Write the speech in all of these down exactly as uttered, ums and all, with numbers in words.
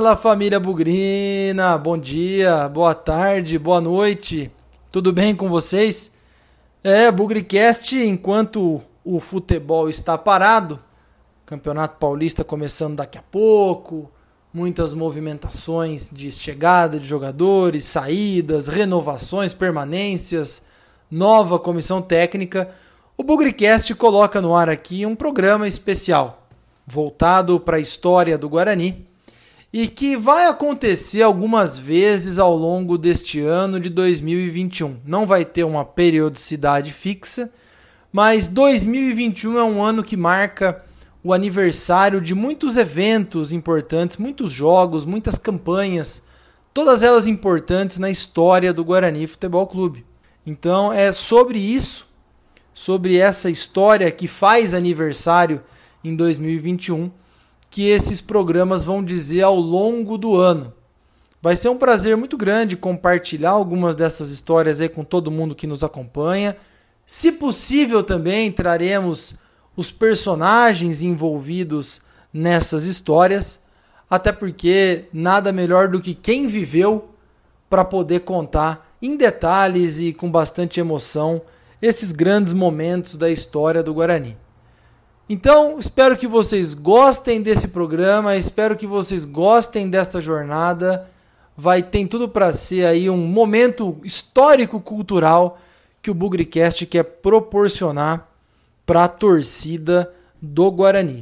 Fala, família bugrina, bom dia, boa tarde, boa noite, tudo bem com vocês? É, BugriCast, enquanto o futebol está parado, Campeonato Paulista começando daqui a pouco, muitas movimentações de chegada de jogadores, saídas, renovações, permanências, nova comissão técnica, o BugriCast coloca no ar aqui um programa especial, voltado para a história do Guarani, e que vai acontecer algumas vezes ao longo deste ano de dois mil e vinte e um. Não vai ter uma periodicidade fixa, mas dois mil e vinte e um é um ano que marca o aniversário de muitos eventos importantes, muitos jogos, muitas campanhas, todas elas importantes na história do Guarani Futebol Clube. Então é sobre isso, sobre essa história que faz aniversário em dois mil e vinte e um, que esses programas vão dizer ao longo do ano. Vai ser um prazer muito grande compartilhar algumas dessas histórias aí com todo mundo que nos acompanha. Se possível também traremos os personagens envolvidos nessas histórias, até porque nada melhor do que quem viveu para poder contar em detalhes e com bastante emoção esses grandes momentos da história do Guarani. Então, espero que vocês gostem desse programa, espero que vocês gostem desta jornada. Vai ter tudo para ser aí um momento histórico-cultural que o BugriCast quer proporcionar para a torcida do Guarani.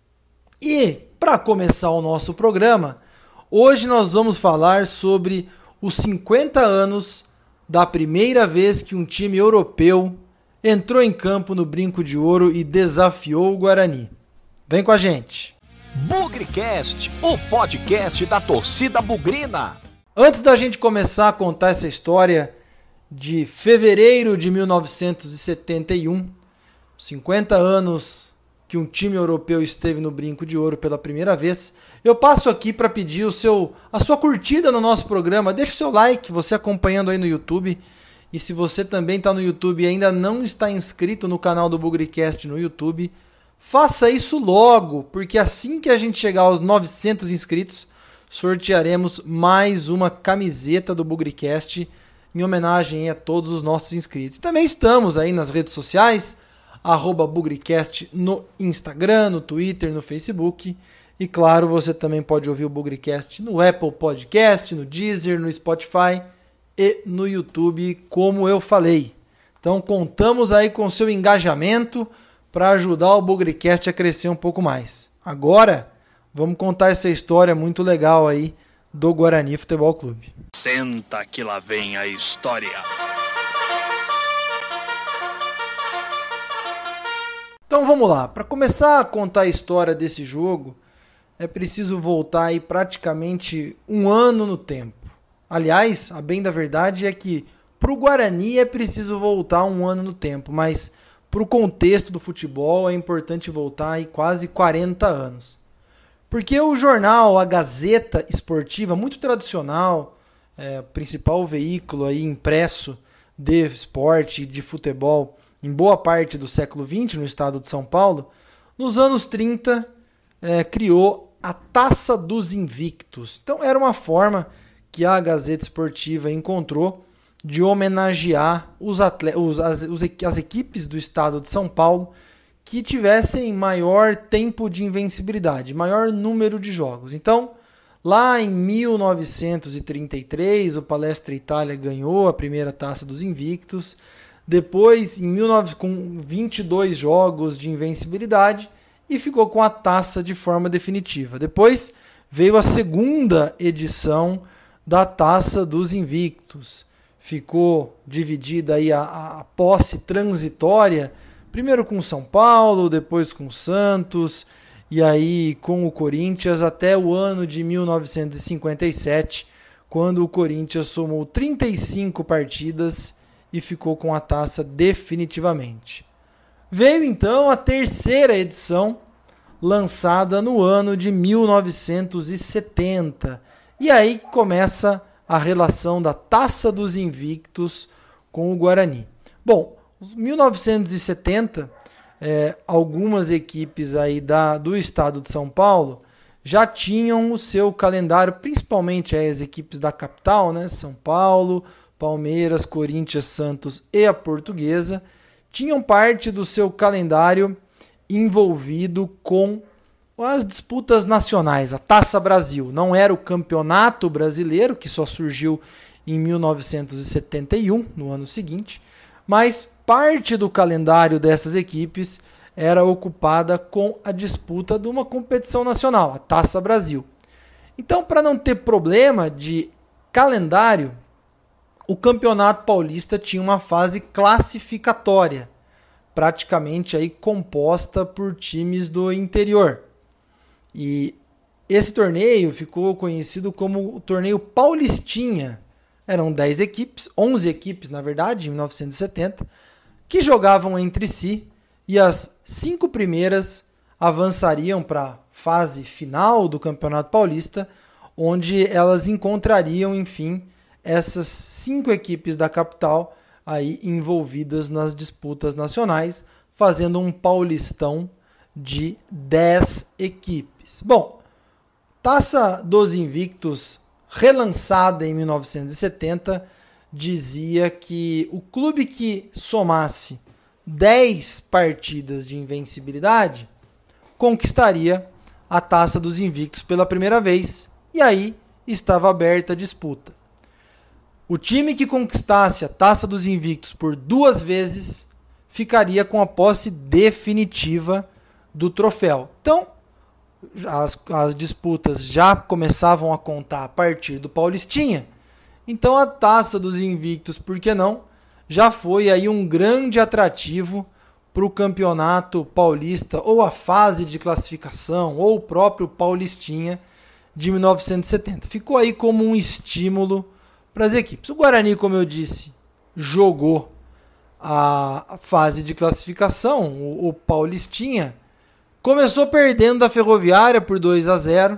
E, para começar o nosso programa, hoje nós vamos falar sobre os cinquenta anos da primeira vez que um time europeu entrou em campo no Brinco de Ouro e desafiou o Guarani. Vem com a gente! BugriCast, o podcast da torcida bugrina. Antes da gente começar a contar essa história de fevereiro de mil novecentos e setenta e um, cinquenta anos que um time europeu esteve no Brinco de Ouro pela primeira vez, eu passo aqui para pedir o seu, a sua curtida no nosso programa. Deixa o seu like, você acompanhando aí no YouTube. E se você também está no YouTube e ainda não está inscrito no canal do BugriCast no YouTube, faça isso logo, porque assim que a gente chegar aos novecentos inscritos, sortearemos mais uma camiseta do BugriCast em homenagem a todos os nossos inscritos. Também estamos aí nas redes sociais, arroba BugriCast no Instagram, no Twitter, no Facebook. E claro, você também pode ouvir o BugriCast no Apple Podcast, no Deezer, no Spotify e no YouTube, como eu falei. Então contamos aí com o seu engajamento para ajudar o BugriCast a crescer um pouco mais. Agora, vamos contar essa história muito legal aí do Guarani Futebol Clube. Senta que lá vem a história. Então vamos lá, para começar a contar a história desse jogo, é preciso voltar aí praticamente um ano no tempo. Aliás, a bem da verdade é que para o Guarani é preciso voltar um ano no tempo, mas para o contexto do futebol é importante voltar aí quase quarenta anos. Porque o jornal, a Gazeta Esportiva, muito tradicional, é, principal veículo aí impresso de esporte e de futebol em boa parte do século vinte no estado de São Paulo, nos anos trinta é, criou a Taça dos Invictos. Então era uma forma que a Gazeta Esportiva encontrou de homenagear os atle- os, as, os, as equipes do estado de São Paulo que tivessem maior tempo de invencibilidade, maior número de jogos. Então, lá em mil novecentos e trinta e três, o Palestra Itália ganhou a primeira Taça dos Invictos. Depois, em mil e novecentos, com vinte e dois jogos de invencibilidade, e ficou com a taça de forma definitiva. Depois veio a segunda edição da Taça dos Invictos. Ficou dividida aí a, a posse transitória, primeiro com São Paulo, depois com Santos, e aí com o Corinthians até o ano de mil novecentos e cinquenta e sete, quando o Corinthians somou trinta e cinco partidas e ficou com a taça definitivamente. Veio então a terceira edição, lançada no ano de mil novecentos e setenta, e aí começa a relação da Taça dos Invictos com o Guarani. Bom, em mil novecentos e setenta, é, algumas equipes aí da, do estado de São Paulo já tinham o seu calendário, principalmente as equipes da capital, né? São Paulo, Palmeiras, Corinthians, Santos e a Portuguesa, tinham parte do seu calendário envolvido com as disputas nacionais, a Taça Brasil. Não era o Campeonato Brasileiro, que só surgiu em mil novecentos e setenta e um, no ano seguinte, mas parte do calendário dessas equipes era ocupada com a disputa de uma competição nacional, a Taça Brasil. Então, para não ter problema de calendário, o Campeonato Paulista tinha uma fase classificatória, praticamente aí composta por times do interior. E esse torneio ficou conhecido como o torneio Paulistinha. Eram dez equipes, onze equipes na verdade, em mil novecentos e setenta, que jogavam entre si, e as cinco primeiras avançariam para a fase final do Campeonato Paulista, onde elas encontrariam, enfim, essas cinco equipes da capital aí envolvidas nas disputas nacionais, fazendo um Paulistão de dez equipes. Bom, Taça dos Invictos, relançada em mil novecentos e setenta, dizia que o clube que somasse dez partidas de invencibilidade conquistaria a Taça dos Invictos pela primeira vez, e aí estava aberta a disputa. O time que conquistasse a Taça dos Invictos por duas vezes ficaria com a posse definitiva do troféu. Então, as, as disputas já começavam a contar a partir do Paulistinha. Então, a Taça dos Invictos, por que não, já foi aí um grande atrativo para o Campeonato Paulista, ou a fase de classificação, ou o próprio Paulistinha de mil novecentos e setenta. Ficou aí como um estímulo para as equipes. O Guarani, como eu disse, jogou a fase de classificação, o, o Paulistinha, começou perdendo da Ferroviária por dois a zero,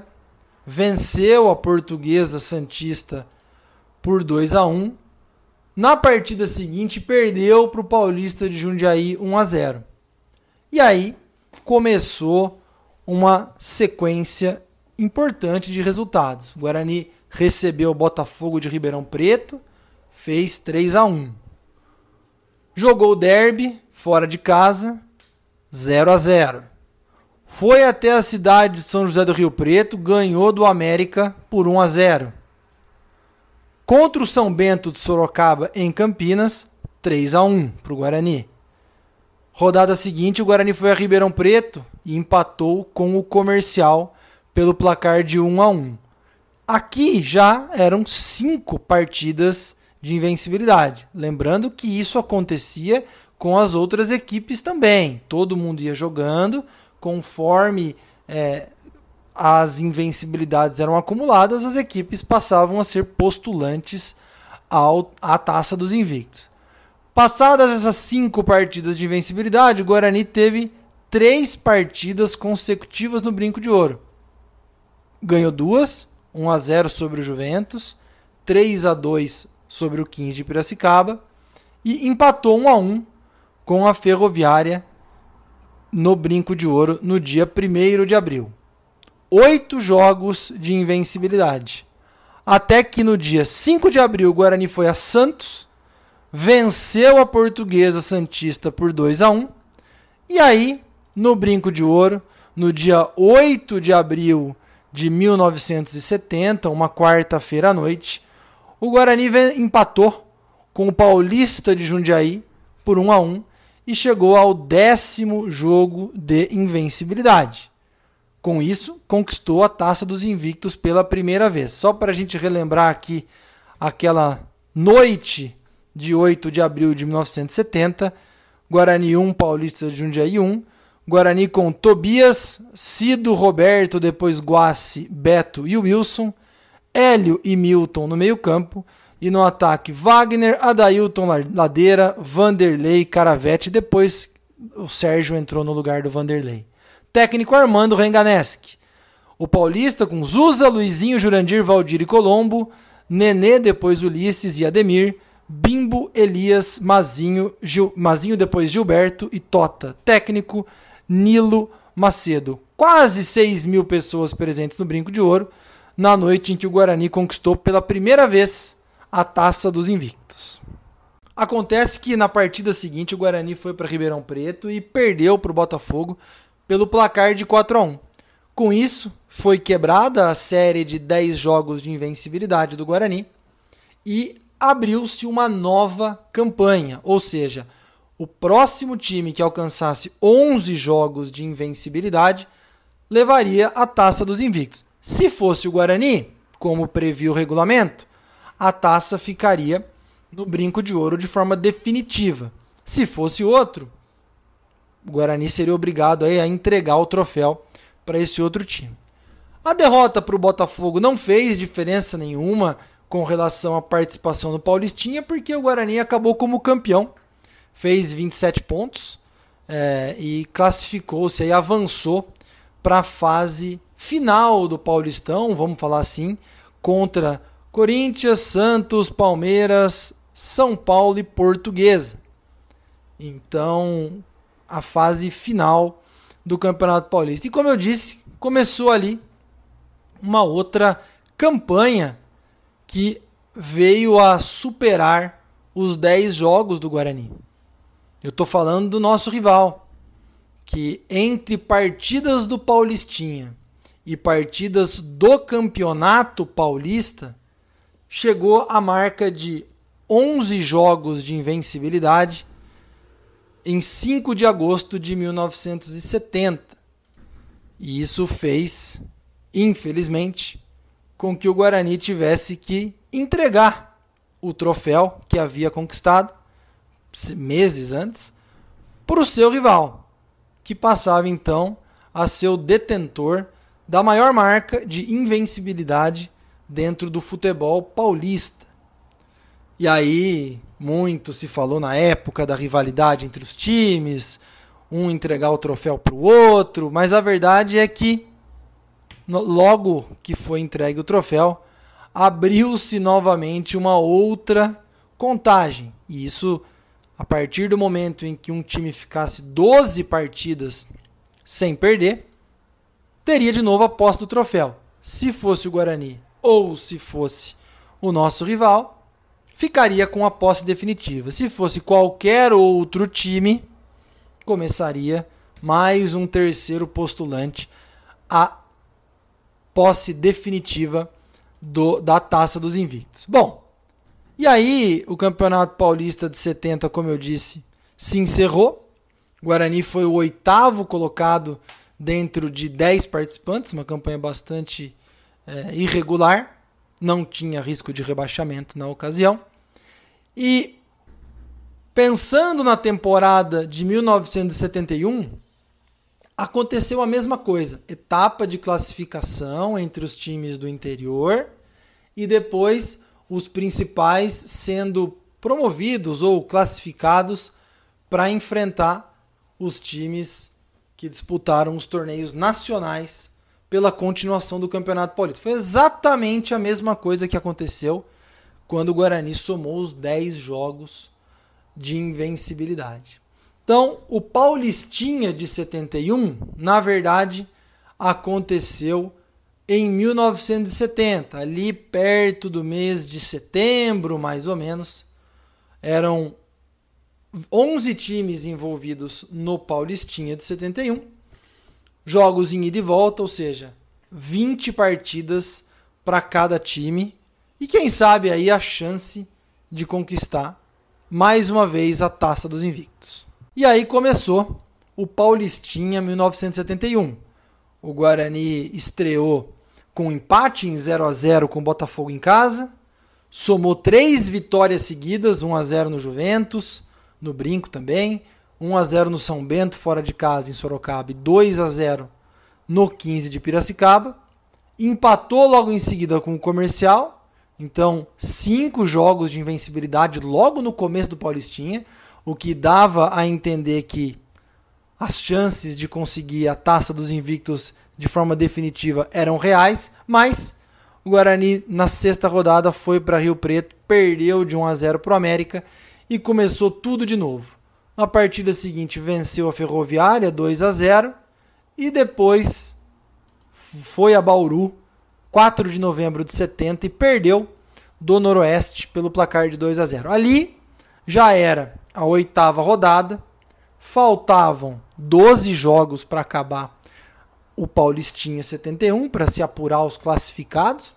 venceu a Portuguesa Santista por dois a um, na partida seguinte perdeu para o Paulista de Jundiaí um a zero. E aí começou uma sequência importante de resultados. O Guarani recebeu o Botafogo de Ribeirão Preto, fez três a um. Jogou o derby fora de casa, zero a zero. Foi até a cidade de São José do Rio Preto, ganhou do América por um a zero. Contra o São Bento de Sorocaba em Campinas, três a um para o Guarani. Rodada seguinte, o Guarani foi a Ribeirão Preto e empatou com o Comercial pelo placar de um a um. Aqui já eram cinco partidas de invencibilidade. Lembrando que isso acontecia com as outras equipes também. Todo mundo ia jogando, conforme é, as invencibilidades eram acumuladas, as equipes passavam a ser postulantes ao, à Taça dos Invictos. Passadas essas cinco partidas de invencibilidade, o Guarani teve três partidas consecutivas no Brinco de Ouro. Ganhou duas, um a zero sobre o Juventus, três a dois sobre o quinze de Piracicaba e empatou um a um com a Ferroviária no Brinco de Ouro no dia primeiro de abril. Oito jogos de invencibilidade. Até que no dia cinco de abril o Guarani foi a Santos, venceu a Portuguesa Santista por dois a um. E aí, no Brinco de Ouro, no dia oito de abril de mil novecentos e setenta, uma quarta-feira à noite, o Guarani empatou com o Paulista de Jundiaí por um a um e chegou ao décimo jogo de invencibilidade. Com isso, conquistou a Taça dos Invictos pela primeira vez. Só para a gente relembrar aqui aquela noite de oito de abril de mil novecentos e setenta, Guarani um, Paulista de Jundiaí um, Guarani com Tobias, Cido, Roberto, depois Guassi, Beto e Wilson, Hélio e Milton no meio campo, e no ataque Wagner, Adailton Ladeira, Vanderlei, Caravete, depois o Sérgio entrou no lugar do Vanderlei. Técnico Armando Renganeschi. O Paulista com Zusa, Luizinho, Jurandir, Valdir e Colombo, Nenê, depois Ulisses e Ademir, Bimbo, Elias, Mazinho, Gil, Mazinho depois Gilberto e Tota. Técnico Nilo Macedo. quase seis mil pessoas presentes no Brinco de Ouro, na noite em que o Guarani conquistou pela primeira vez a Taça dos Invictos. Acontece que na partida seguinte o Guarani foi para Ribeirão Preto e perdeu para o Botafogo pelo placar de quatro a um. Com isso, foi quebrada a série de dez jogos de invencibilidade do Guarani e abriu-se uma nova campanha, ou seja, o próximo time que alcançasse onze jogos de invencibilidade levaria a Taça dos Invictos. Se fosse o Guarani, como previa o regulamento, a taça ficaria no Brinco de Ouro de forma definitiva. Se fosse outro, o Guarani seria obrigado a entregar o troféu para esse outro time. A derrota para o Botafogo não fez diferença nenhuma com relação à participação no Paulistinha, porque o Guarani acabou como campeão, fez vinte e sete pontos é, e classificou-se, aí avançou para a fase final do Paulistão, vamos falar assim, contra Corinthians, Santos, Palmeiras, São Paulo e Portuguesa. Então, a fase final do Campeonato Paulista. E como eu disse, começou ali uma outra campanha que veio a superar os dez jogos do Guarani. Eu estou falando do nosso rival, que entre partidas do Paulistinha e partidas do Campeonato Paulista, chegou à marca de onze jogos de invencibilidade em cinco de agosto de mil novecentos e setenta. E isso fez, infelizmente, com que o Guarani tivesse que entregar o troféu que havia conquistado meses antes para o seu rival, que passava então a ser o detentor da maior marca de invencibilidade dentro do futebol paulista. E aí, muito se falou na época da rivalidade entre os times, um entregar o troféu para o outro, mas a verdade é que, logo que foi entregue o troféu, abriu-se novamente uma outra contagem. E isso, a partir do momento em que um time ficasse doze partidas sem perder, teria de novo a posse do troféu. Se fosse o Guarani ou se fosse o nosso rival, ficaria com a posse definitiva. Se fosse qualquer outro time, começaria mais um terceiro postulante à posse definitiva do, da Taça dos Invictos. Bom, e aí o Campeonato Paulista de setenta, como eu disse, se encerrou. O Guarani foi o oitavo colocado dentro de dez participantes, uma campanha bastante é, irregular, não tinha risco de rebaixamento na ocasião. E pensando na temporada de mil novecentos e setenta e um, aconteceu a mesma coisa, etapa de classificação entre os times do interior e depois os principais sendo promovidos ou classificados para enfrentar os times que disputaram os torneios nacionais pela continuação do Campeonato Paulista. Foi exatamente a mesma coisa que aconteceu quando o Guarani somou os dez jogos de invencibilidade. Então, o Paulistinha de setenta e um, na verdade, aconteceu em mil novecentos e setenta, ali perto do mês de setembro, mais ou menos. Eram onze times envolvidos no Paulistinha de setenta e um, jogos em ida e volta, ou seja, vinte partidas para cada time, e quem sabe aí a chance de conquistar mais uma vez a Taça dos Invictos. E aí começou o Paulistinha mil novecentos e setenta e um. O Guarani estreou com um empate em zero a zero com o Botafogo em casa, somou três vitórias seguidas, um a zero no Juventus, no Brinco também, um a zero no São Bento fora de casa em Sorocaba e dois a zero no quinze de Piracicaba. Empatou logo em seguida com o Comercial, então cinco jogos de invencibilidade logo no começo do Paulistinha, o que dava a entender que as chances de conseguir a Taça dos Invictos de forma definitiva eram reais, mas o Guarani na sexta rodada foi para Rio Preto, perdeu de um a zero para o América e começou tudo de novo. Na partida seguinte venceu a Ferroviária dois a zero e depois foi a Bauru, quatro de novembro de setenta, e perdeu do Noroeste pelo placar de dois a zero. Ali já era a oitava rodada, faltavam doze jogos para acabar o Paulistinha setenta e um, para se apurar os classificados.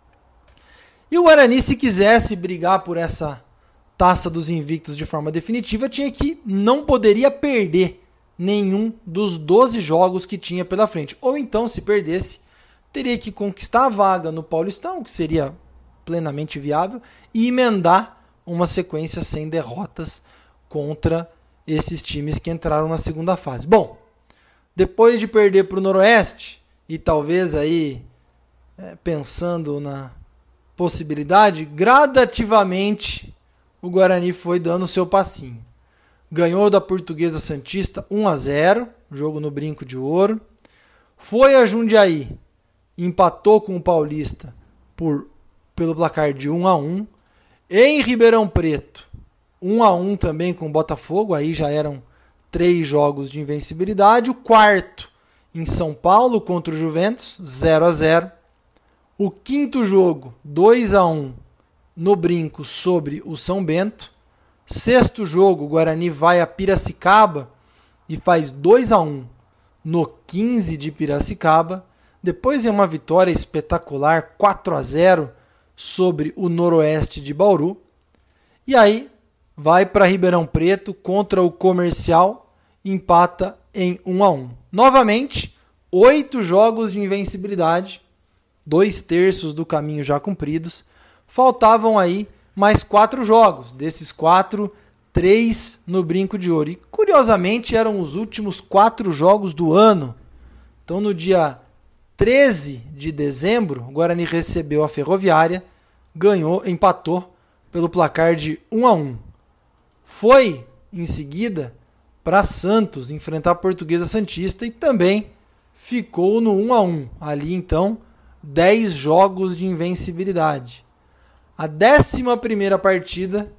E o Guarani, se quisesse brigar por essa Taça dos Invictos de forma definitiva, tinha que não poderia perder nenhum dos doze jogos que tinha pela frente. Ou então, se perdesse, teria que conquistar a vaga no Paulistão, que seria plenamente viável, e emendar uma sequência sem derrotas contra esses times que entraram na segunda fase. Bom, depois de perder para o Noroeste, e talvez aí é, pensando na possibilidade, gradativamente o Guarani foi dando o seu passinho. Ganhou da Portuguesa Santista um a zero, jogo no Brinco de Ouro. Foi a Jundiaí, empatou com o Paulista por, pelo placar de um a um. Em Ribeirão Preto, um a um também com o Botafogo, aí já eram três jogos de invencibilidade. O quarto em São Paulo contra o Juventus, zero a zero. O quinto jogo, dois a um no Brinco sobre o São Bento. Sexto jogo, o Guarani vai a Piracicaba e faz dois a um no quinze de Piracicaba. Depois é uma vitória espetacular, quatro a zero sobre o Noroeste de Bauru. E aí vai para Ribeirão Preto contra o Comercial, empata em um a um. Novamente, oito jogos de invencibilidade, dois terços do caminho já cumpridos. Faltavam aí mais quatro jogos. Desses quatro, três no Brinco de Ouro. E, curiosamente, eram os últimos quatro jogos do ano. Então, no dia treze de dezembro, o Guarani recebeu a Ferroviária, ganhou, empatou pelo placar de um a um. Foi, em seguida, para Santos enfrentar a Portuguesa Santista e também ficou no um a um. Ali, então, dez jogos de invencibilidade. A décima primeira partida,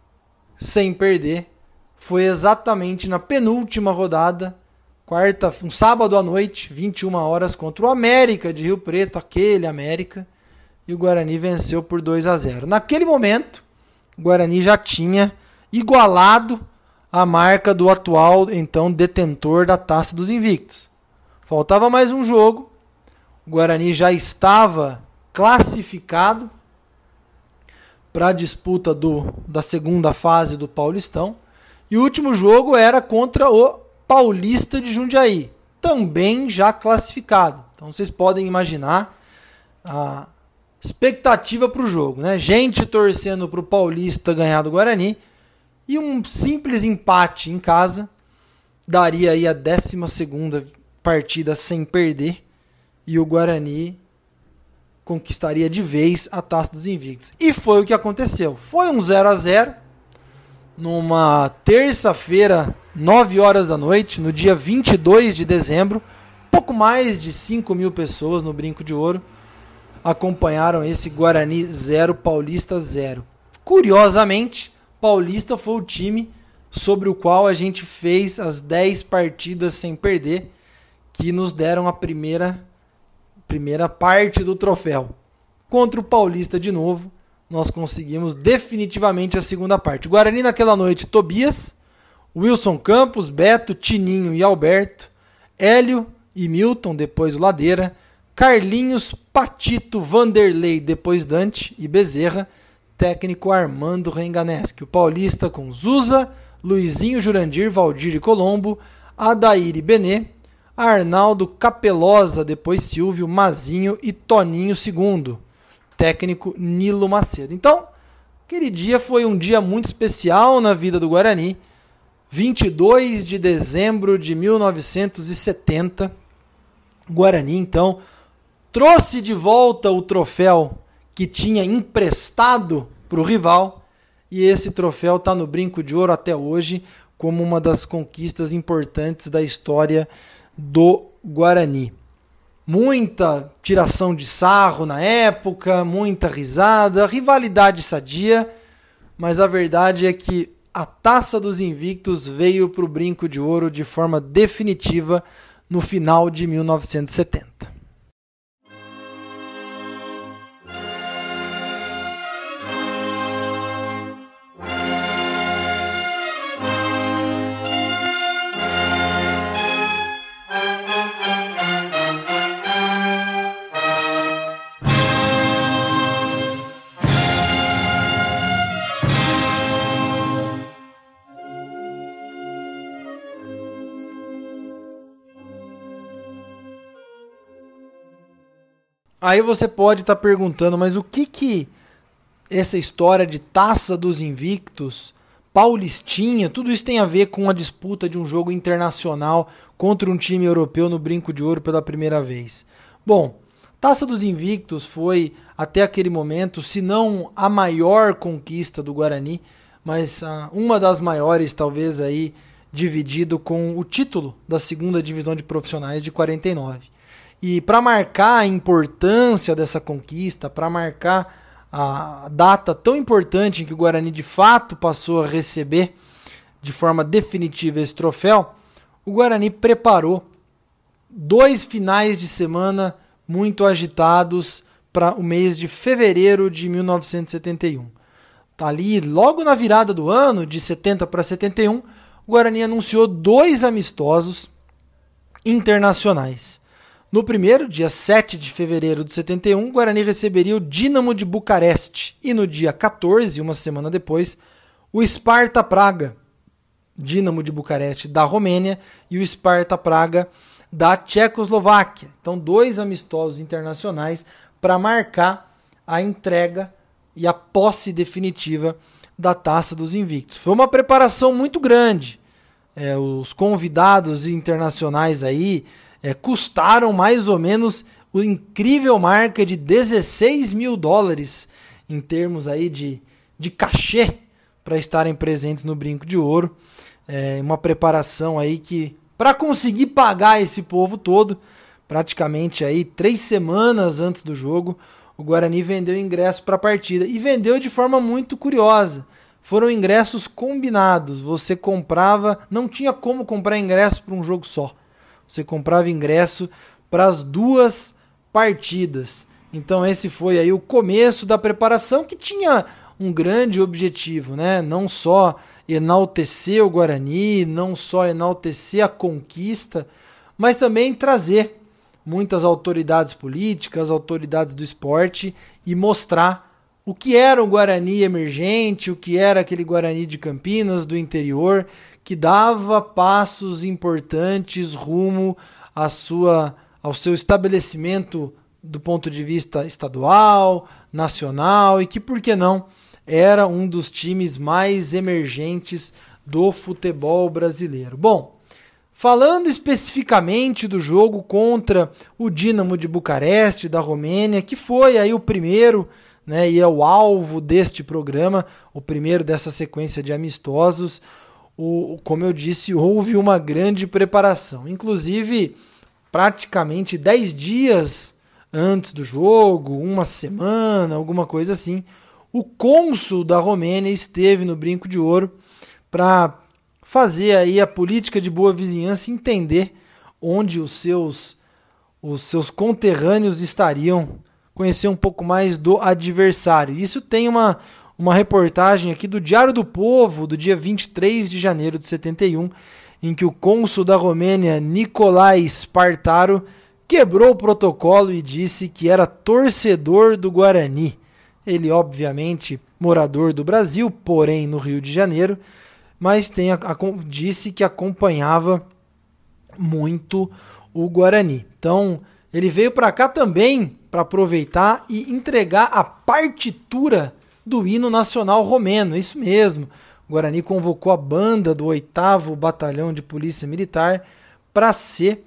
sem perder, foi exatamente na penúltima rodada, quarta, um sábado à noite, vinte e uma horas, contra o América de Rio Preto, aquele América, e o Guarani venceu por dois a zero. Naquele momento, o Guarani já tinha igualado a marca do atual, então, detentor da Taça dos Invictos. Faltava mais um jogo, o Guarani já estava classificado para a disputa do, da segunda fase do Paulistão. E o último jogo era contra o Paulista de Jundiaí, também já classificado. Então vocês podem imaginar a expectativa para o jogo, né? Gente torcendo para o Paulista ganhar do Guarani, e um simples empate em casa daria aí a décima segunda partida sem perder, e o Guarani conquistaria de vez a Taça dos Invictos. E foi o que aconteceu. Foi um zero a zero numa terça-feira, nove horas da noite, no dia vinte e dois de dezembro. Pouco mais de cinco mil pessoas no Brinco de Ouro acompanharam esse Guarani zero, Paulista zero. Curiosamente, Paulista foi o time sobre o qual a gente fez as dez partidas sem perder, que nos deram a primeira primeira parte do troféu. Contra o Paulista de novo, nós conseguimos definitivamente a segunda parte. O Guarani naquela noite, Tobias, Wilson Campos, Beto, Tininho e Alberto, Hélio e Milton, depois o Ladeira, Carlinhos, Patito, Vanderlei, depois Dante e Bezerra, técnico Armando Renganeschi. O Paulista com Zusa, Luizinho, Jurandir, Valdir e Colombo, Adair e Benê, Arnaldo, Capelosa, depois Silvio, Mazinho e Toninho segundo, técnico Nilo Macedo. Então, aquele dia foi um dia muito especial na vida do Guarani. vinte e dois de dezembro de mil novecentos e setenta, Guarani, então, trouxe de volta o troféu que tinha emprestado para o rival, e esse troféu está no Brinco de Ouro até hoje como uma das conquistas importantes da história do Guarani. Muita tiração de sarro na época, muita risada, rivalidade sadia, mas a verdade é que a Taça dos Invictos veio para o Brinco de Ouro de forma definitiva no final de mil novecentos e setenta. Aí você pode estar perguntando, mas o que que essa história de Taça dos Invictos, Paulistinha, tudo isso tem a ver com a disputa de um jogo internacional contra um time europeu no Brinco de Ouro pela primeira vez? Bom, Taça dos Invictos foi até aquele momento, se não a maior conquista do Guarani, mas ah, uma das maiores, talvez aí dividido com o título da segunda divisão de profissionais de quarenta e nove. E para marcar a importância dessa conquista, para marcar a data tão importante em que o Guarani de fato passou a receber de forma definitiva esse troféu, o Guarani preparou dois finais de semana muito agitados para o mês de fevereiro de mil novecentos e setenta e um. Tá ali, logo na virada do ano, de setenta para setenta e um, o Guarani anunciou dois amistosos internacionais. No primeiro, dia sete de fevereiro de setenta e um, o Guarani receberia o Dínamo de Bucareste. E no dia quatorze, uma semana depois, o Sparta Praga, Dínamo de Bucareste da Romênia, e o Sparta Praga da Tchecoslováquia. Então, dois amistosos internacionais para marcar a entrega e a posse definitiva da Taça dos Invictos. Foi uma preparação muito grande. É, os convidados internacionais aí É, custaram mais ou menos o incrível marca de dezesseis mil dólares em termos aí de, de cachê para estarem presentes no Brinco de Ouro. É uma preparação aí que, para conseguir pagar esse povo todo, praticamente aí três semanas antes do jogo, o Guarani vendeu ingresso para a partida. E vendeu de forma muito curiosa. Foram ingressos combinados. Você comprava, não tinha como comprar ingresso para um jogo só. Você comprava ingresso para as duas partidas. Então esse foi aí o começo da preparação, que tinha um grande objetivo, né? Não só enaltecer o Guarani, não só enaltecer a conquista, mas também trazer muitas autoridades políticas, autoridades do esporte e mostrar o que era o Guarani emergente, o que era aquele Guarani de Campinas, do interior, que dava passos importantes rumo à sua, ao seu estabelecimento do ponto de vista estadual, nacional, e que, por que não, era um dos times mais emergentes do futebol brasileiro. Bom, falando especificamente do jogo contra o Dínamo de Bucareste, da Romênia, que foi aí o primeiro, né, e é o alvo deste programa, o primeiro dessa sequência de amistosos. O, como eu disse, houve uma grande preparação. Inclusive, praticamente dez dias antes do jogo, uma semana, alguma coisa assim, o cônsul da Romênia esteve no Brinco de Ouro para fazer aí a política de boa vizinhança, entender onde os seus, os seus conterrâneos estariam, conhecer um pouco mais do adversário. Isso tem uma, uma reportagem aqui do Diário do Povo, do dia vinte e três de janeiro de setenta e um, em que o cônsul da Romênia, Nicolae Spartaru, quebrou o protocolo e disse que era torcedor do Guarani. Ele, obviamente, morador do Brasil, porém no Rio de Janeiro, mas tem a, a, disse que acompanhava muito o Guarani. Então, ele veio para cá também para aproveitar e entregar a partitura do hino nacional romeno. Isso mesmo. O Guarani convocou a banda do oitavo Batalhão de Polícia Militar para ser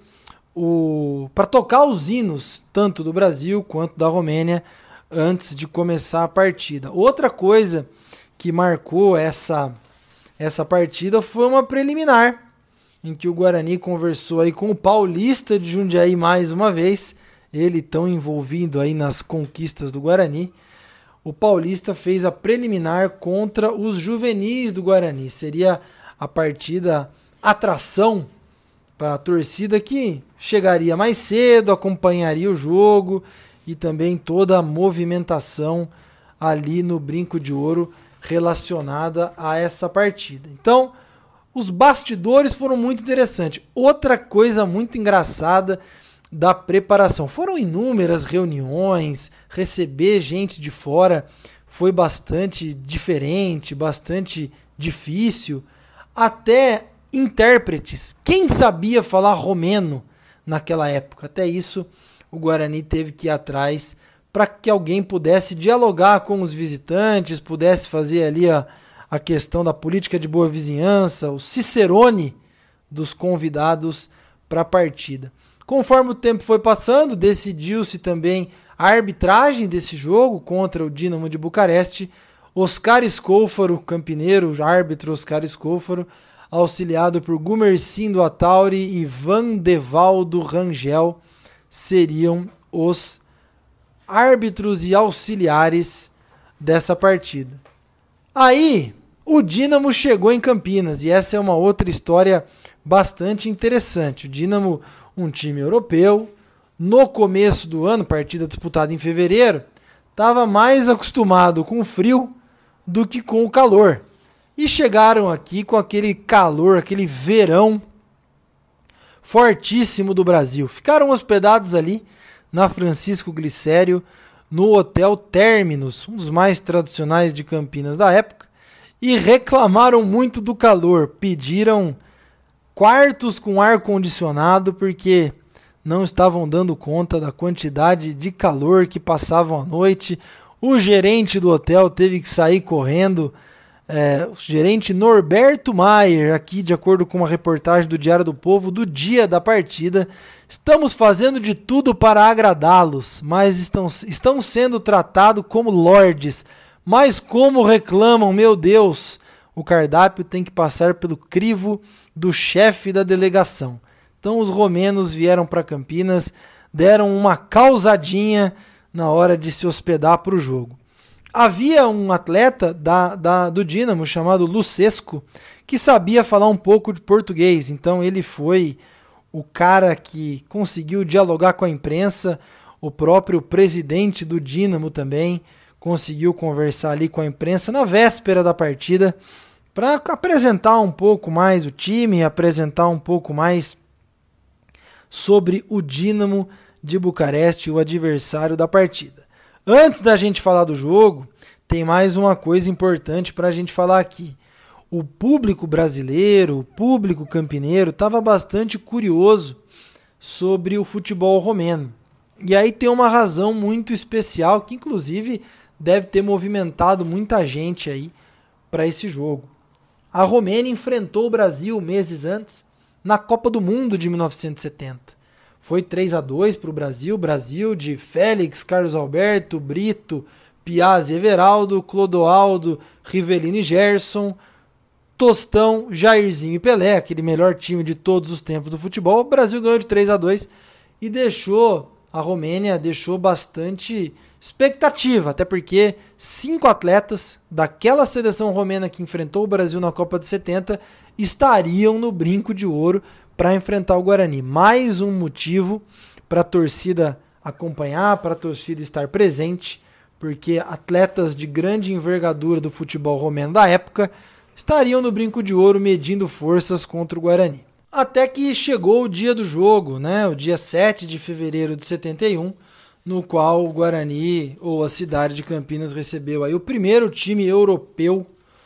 o para tocar os hinos tanto do Brasil quanto da Romênia antes de começar a partida. Outra coisa que marcou essa essa partida foi uma preliminar em que o Guarani conversou aí com o Paulista de Jundiaí mais uma vez, ele tão envolvido aí nas conquistas do Guarani. O Paulista fez a preliminar contra os juvenis do Guarani. Seria a partida atração para a torcida que chegaria mais cedo, acompanharia o jogo e também toda a movimentação ali no Brinco de Ouro relacionada a essa partida. Então, os bastidores foram muito interessantes. Outra coisa muito engraçada da preparação. Foram inúmeras reuniões, receber gente de fora foi bastante diferente, bastante difícil. Até intérpretes. Quem sabia falar romeno naquela época? Até isso o Guarani teve que ir atrás para que alguém pudesse dialogar com os visitantes, pudesse fazer ali a, a questão da política de boa vizinhança, o cicerone dos convidados para a partida. Conforme o tempo foi passando, decidiu-se também a arbitragem desse jogo contra o Dinamo de Bucareste. Oscar Scofaro, campineiro, árbitro Oscar Scofaro, auxiliado por Gumercindo Atauri e Vandevaldo Rangel, seriam os árbitros e auxiliares dessa partida. Aí, o Dínamo chegou em Campinas, e essa é uma outra história bastante interessante. O Dínamo, um time europeu, no começo do ano, partida disputada em fevereiro, estava mais acostumado com o frio do que com o calor. E chegaram aqui com aquele calor, aquele verão fortíssimo do Brasil. Ficaram hospedados ali na Francisco Glicério, no Hotel Terminus, um dos mais tradicionais de Campinas da época, e reclamaram muito do calor. Pediram quartos com ar-condicionado porque não estavam dando conta da quantidade de calor que passavam à noite. O gerente do hotel teve que sair correndo. É, o gerente Norberto Maier, aqui de acordo com uma reportagem do Diário do Povo, do dia da partida: estamos fazendo de tudo para agradá-los, mas estão, estão sendo tratados como lordes. Mas como reclamam, meu Deus! O cardápio tem que passar pelo crivo do chefe da delegação. Então os romenos vieram para Campinas, deram uma causadinha na hora de se hospedar para o jogo. Havia um atleta da, da, do Dínamo chamado Lucesco que sabia falar um pouco de português, então ele foi o cara que conseguiu dialogar com a imprensa. O próprio presidente do Dínamo também conseguiu conversar ali com a imprensa na véspera da partida para apresentar um pouco mais o time, apresentar um pouco mais sobre o Dinamo de Bucareste, o adversário da partida. Antes da gente falar do jogo, tem mais uma coisa importante para a gente falar aqui. O público brasileiro, o público campineiro, estava bastante curioso sobre o futebol romeno. E aí tem uma razão muito especial que, inclusive, deve ter movimentado muita gente aí para esse jogo. A Romênia enfrentou o Brasil meses antes na Copa do Mundo de mil novecentos e setenta. Foi três a dois para o Brasil, Brasil de Félix, Carlos Alberto, Brito, Piazzi, Everaldo, Clodoaldo, Rivelino e Gerson, Tostão, Jairzinho e Pelé, aquele melhor time de todos os tempos do futebol. O Brasil ganhou de três a dois e deixou, a Romênia deixou bastante expectativa, até porque cinco atletas daquela seleção romena que enfrentou o Brasil na Copa de setenta estariam no Brinco de Ouro para enfrentar o Guarani. Mais um motivo para a torcida acompanhar, para a torcida estar presente, porque atletas de grande envergadura do futebol romeno da época estariam no Brinco de Ouro medindo forças contra o Guarani. Até que chegou o dia do jogo, né? O dia sete de fevereiro de setenta e um, no qual o Guarani, ou a cidade de Campinas, recebeu aí o primeiro time europeu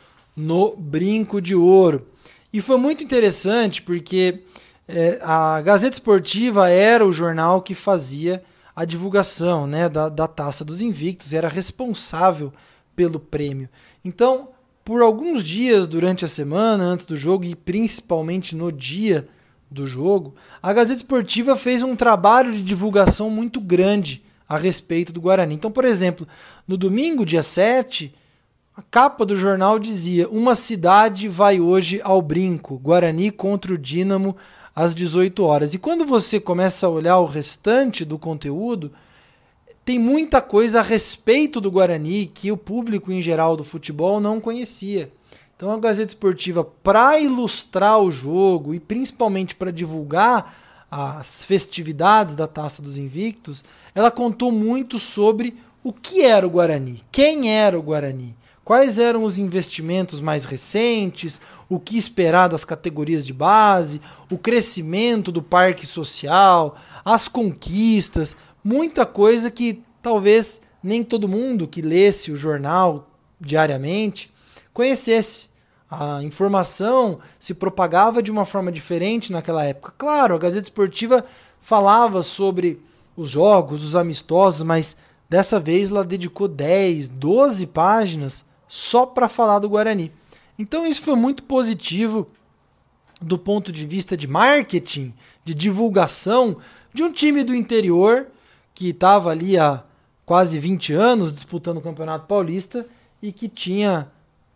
no Brinco de Ouro. E foi muito interessante porque é, a Gazeta Esportiva era o jornal que fazia a divulgação, né, da, da Taça dos Invictos, era responsável pelo prêmio. Então, por alguns dias durante a semana, antes do jogo e principalmente no dia do jogo, a Gazeta Esportiva fez um trabalho de divulgação muito grande a respeito do Guarani. Então, por exemplo, no domingo, dia sete, a capa do jornal dizia: uma cidade vai hoje ao Brinco, Guarani contra o Dínamo às dezoito horas. E quando você começa a olhar o restante do conteúdo, tem muita coisa a respeito do Guarani que o público em geral do futebol não conhecia. Então Então a Gazeta Esportiva, para ilustrar o jogo e principalmente para divulgar as festividades da Taça dos Invictos, ela contou muito sobre o que era o Guarani, quem era o Guarani, quais eram os investimentos mais recentes, o que esperar das categorias de base, o crescimento do parque social, as conquistas, muita coisa que talvez nem todo mundo que lesse o jornal diariamente conhecesse. A informação se propagava de uma forma diferente naquela época. Claro, a Gazeta Esportiva falava sobre os jogos, os amistosos, mas dessa vez ela dedicou dez, doze páginas só para falar do Guarani. Então isso foi muito positivo do ponto de vista de marketing, de divulgação de um time do interior que estava ali há quase vinte anos disputando o Campeonato Paulista e que tinha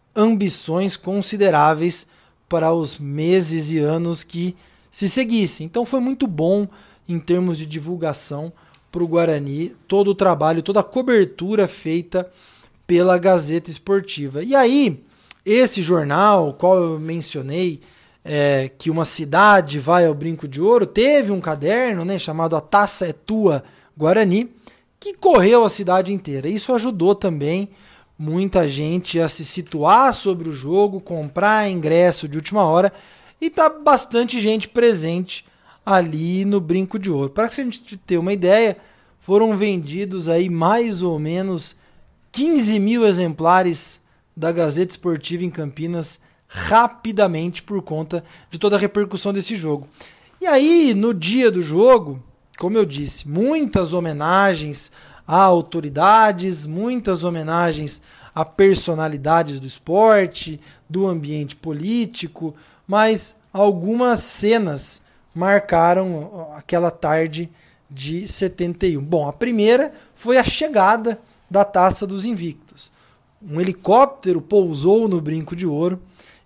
ambições consideráveis para os meses e anos que se seguissem. Então foi muito bom em termos de divulgação para o Guarani, todo o trabalho, toda a cobertura feita pela Gazeta Esportiva. E aí, esse jornal, qual eu mencionei, é, que uma cidade vai ao Brinco de Ouro, teve um caderno, né, chamado A Taça é Tua Guarani, que correu a cidade inteira. Isso ajudou também muita gente a se situar sobre o jogo, comprar ingresso de última hora e tá bastante gente presente ali no Brinco de Ouro. Para a gente ter uma ideia, foram vendidos aí mais ou menos quinze mil exemplares da Gazeta Esportiva em Campinas rapidamente por conta de toda a repercussão desse jogo. E aí, no dia do jogo, como eu disse, muitas homenagens a autoridades, muitas homenagens a personalidades do esporte, do ambiente político, mas algumas cenas marcaram aquela tarde de setenta e um. Bom, a primeira foi a chegada da Taça dos Invictos. Um helicóptero pousou no Brinco de Ouro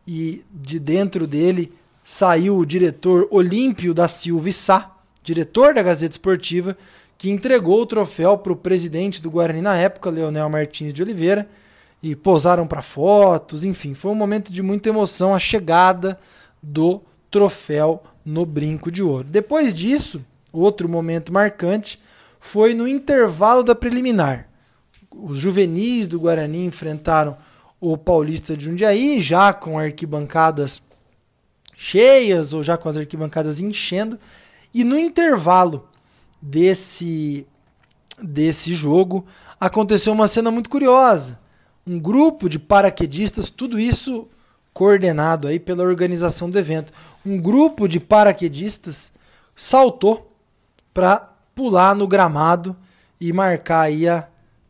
e de dentro dele saiu o diretor Olímpio da Silva e Sá, diretor da Gazeta Esportiva, que entregou o troféu para o presidente do Guarani na época, Leonel Martins de Oliveira, e posaram para fotos, enfim, foi um momento de muita emoção a chegada do troféu no Brinco de Ouro. Depois disso, outro momento marcante foi no intervalo da preliminar. Os juvenis do Guarani enfrentaram o Paulista de Jundiaí, já com arquibancadas cheias ou já com as arquibancadas enchendo, e no intervalo desse, desse jogo aconteceu uma cena muito curiosa. Um grupo de paraquedistas, tudo isso coordenado aí pela organização do evento, um grupo de paraquedistas saltou para pular no gramado e marcar aí a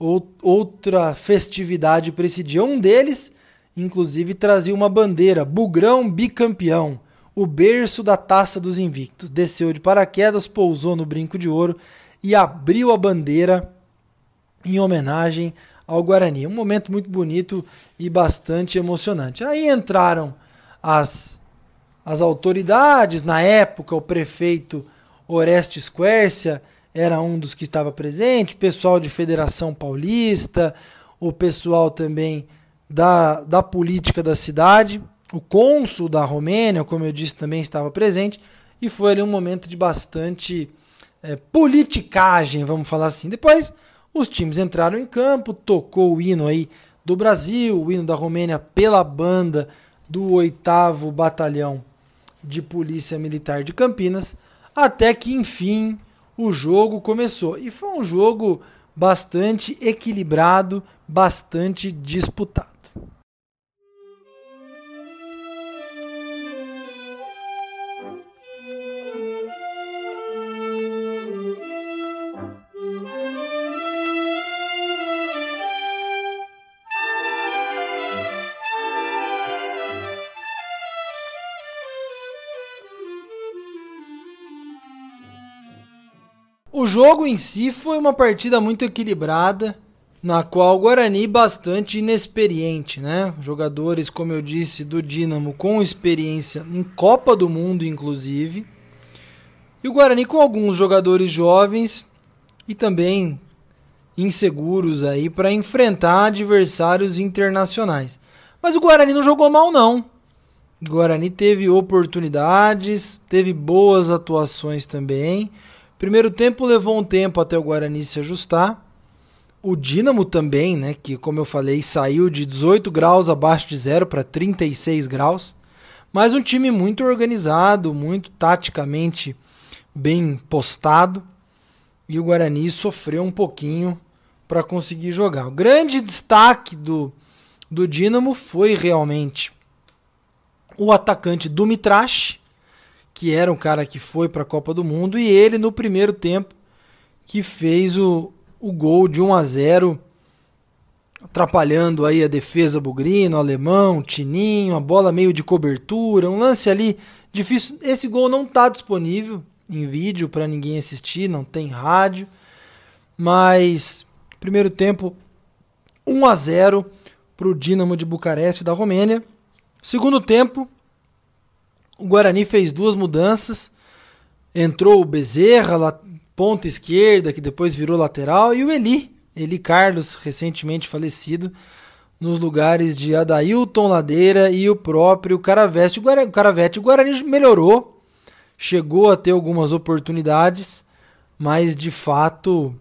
outra festividade para esse dia. Um deles, inclusive, trazia uma bandeira, Bugrão bicampeão, o berço da Taça dos Invictos. Desceu de paraquedas, pousou no Brinco de Ouro e abriu a bandeira em homenagem ao Guarani. Um momento muito bonito e bastante emocionante. Aí entraram as, as autoridades, na época o prefeito Orestes Quércia era um dos que estava presente, pessoal de Federação Paulista, o pessoal também da, da política da cidade, o cônsul da Romênia, como eu disse, também estava presente, e foi ali um momento de bastante é, politicagem, vamos falar assim. Depois os times entraram em campo, tocou o hino aí do Brasil, o hino da Romênia pela banda do oitavo Batalhão de Polícia Militar de Campinas, até que enfim o jogo começou. E foi um jogo bastante equilibrado, bastante disputado. O jogo em si foi uma partida muito equilibrada, na qual o Guarani bastante inexperiente, né? Jogadores, como eu disse, do Dínamo com experiência em Copa do Mundo, inclusive. E o Guarani com alguns jogadores jovens e também inseguros aí para enfrentar adversários internacionais. Mas o Guarani não jogou mal, não. O Guarani teve oportunidades, teve boas atuações também. Primeiro tempo levou um tempo até o Guarani se ajustar. O Dínamo também, né, que como eu falei, saiu de dezoito graus abaixo de zero para trinta e seis graus. Mas um time muito organizado, muito taticamente bem postado. E o Guarani sofreu um pouquinho para conseguir jogar. O grande destaque do, do Dínamo foi realmente o atacante Dumitrash, que era um cara que foi para a Copa do Mundo, e ele no primeiro tempo que fez o, o gol de um a zero, atrapalhando aí a defesa bugrina, o alemão, o Tininho, a bola meio de cobertura, um lance ali difícil. Esse gol não está disponível em vídeo para ninguém assistir, não tem rádio, mas primeiro tempo um a zero para o Dinamo de Bucareste da Romênia. Segundo tempo, o Guarani fez duas mudanças. Entrou o Bezerra, lá, ponta esquerda, que depois virou lateral, e o Eli, Eli Carlos, recentemente falecido, nos lugares de Adailton Ladeira e o próprio Caravete. O Guarani, o Caravete, o Guarani melhorou, chegou a ter algumas oportunidades, mas de fato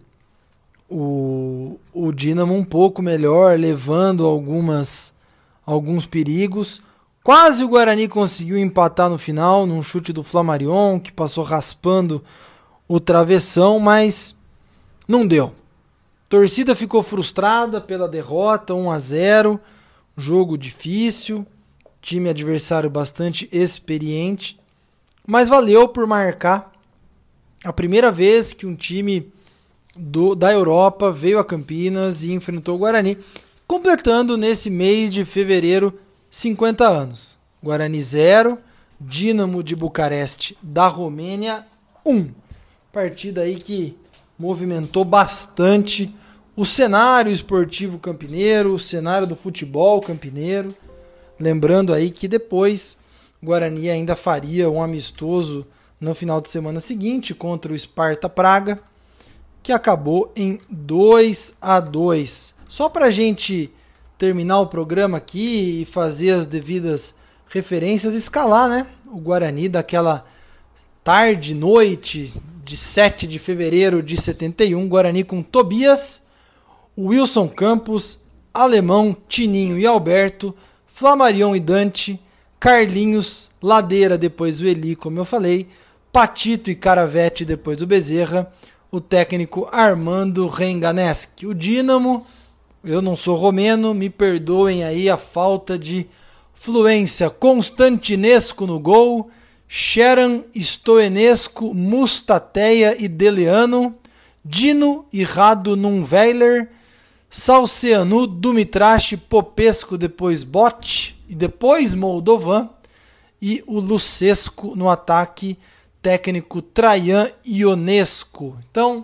o, o Dínamo um pouco melhor, levando algumas, alguns perigos. Quase o Guarani conseguiu empatar no final, num chute do Flamarion, que passou raspando o travessão, mas não deu. A torcida ficou frustrada pela derrota, um a zero, jogo difícil, time adversário bastante experiente, mas valeu por marcar a primeira vez que um time do, da Europa veio a Campinas e enfrentou o Guarani, completando nesse mês de fevereiro cinquenta anos. Guarani zero, Dínamo de Bucareste da Romênia um. Partida aí que movimentou bastante o cenário esportivo campineiro, o cenário do futebol campineiro. Lembrando aí que depois o Guarani ainda faria um amistoso no final de semana seguinte contra o Sparta Praga, que acabou em dois a dois. Só para a gente terminar o programa aqui e fazer as devidas referências, escalar, né, o Guarani daquela tarde, noite de sete de fevereiro de setenta e um, Guarani com Tobias, Wilson Campos, Alemão, Tininho e Alberto, Flamarion e Dante, Carlinhos, Ladeira, depois o Eli, como eu falei, Patito e Caravete, depois o Bezerra, o técnico Armando Renganeschi. O Dínamo, eu não sou romeno, me perdoem aí a falta de fluência. Constantinesco no gol, Sheran, Stoenesco, Mustateia e Deleano, Dino e Rado Nunweiler, Salceanu, Dumitrash, Popesco, depois Bot e depois Moldovan, e o Lucesco no ataque, técnico Traian Ionesco. Então,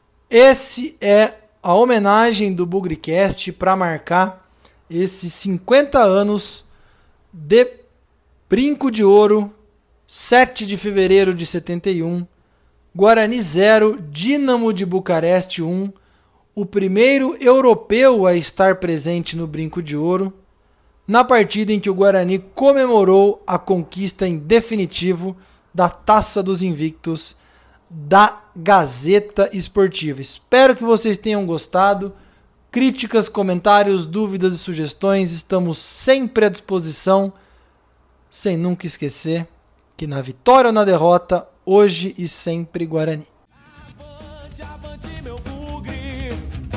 esse é a homenagem do Bugricast para marcar esses cinquenta anos de Brinco de Ouro, sete de fevereiro de setenta e um, Guarani zero, Dínamo de Bucareste um, o primeiro europeu a estar presente no Brinco de Ouro, na partida em que o Guarani comemorou a conquista em definitivo da Taça dos Invictos da Gazeta Esportiva. Espero que vocês tenham gostado. Críticas, comentários, dúvidas e sugestões, estamos sempre à disposição, sem nunca esquecer que na vitória ou na derrota, hoje e sempre Guarani. Avante, avante, meu bugre,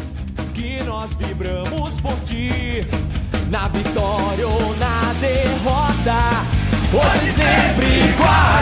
que nós vibramos por ti, na vitória ou na derrota, hoje e sempre Guarani.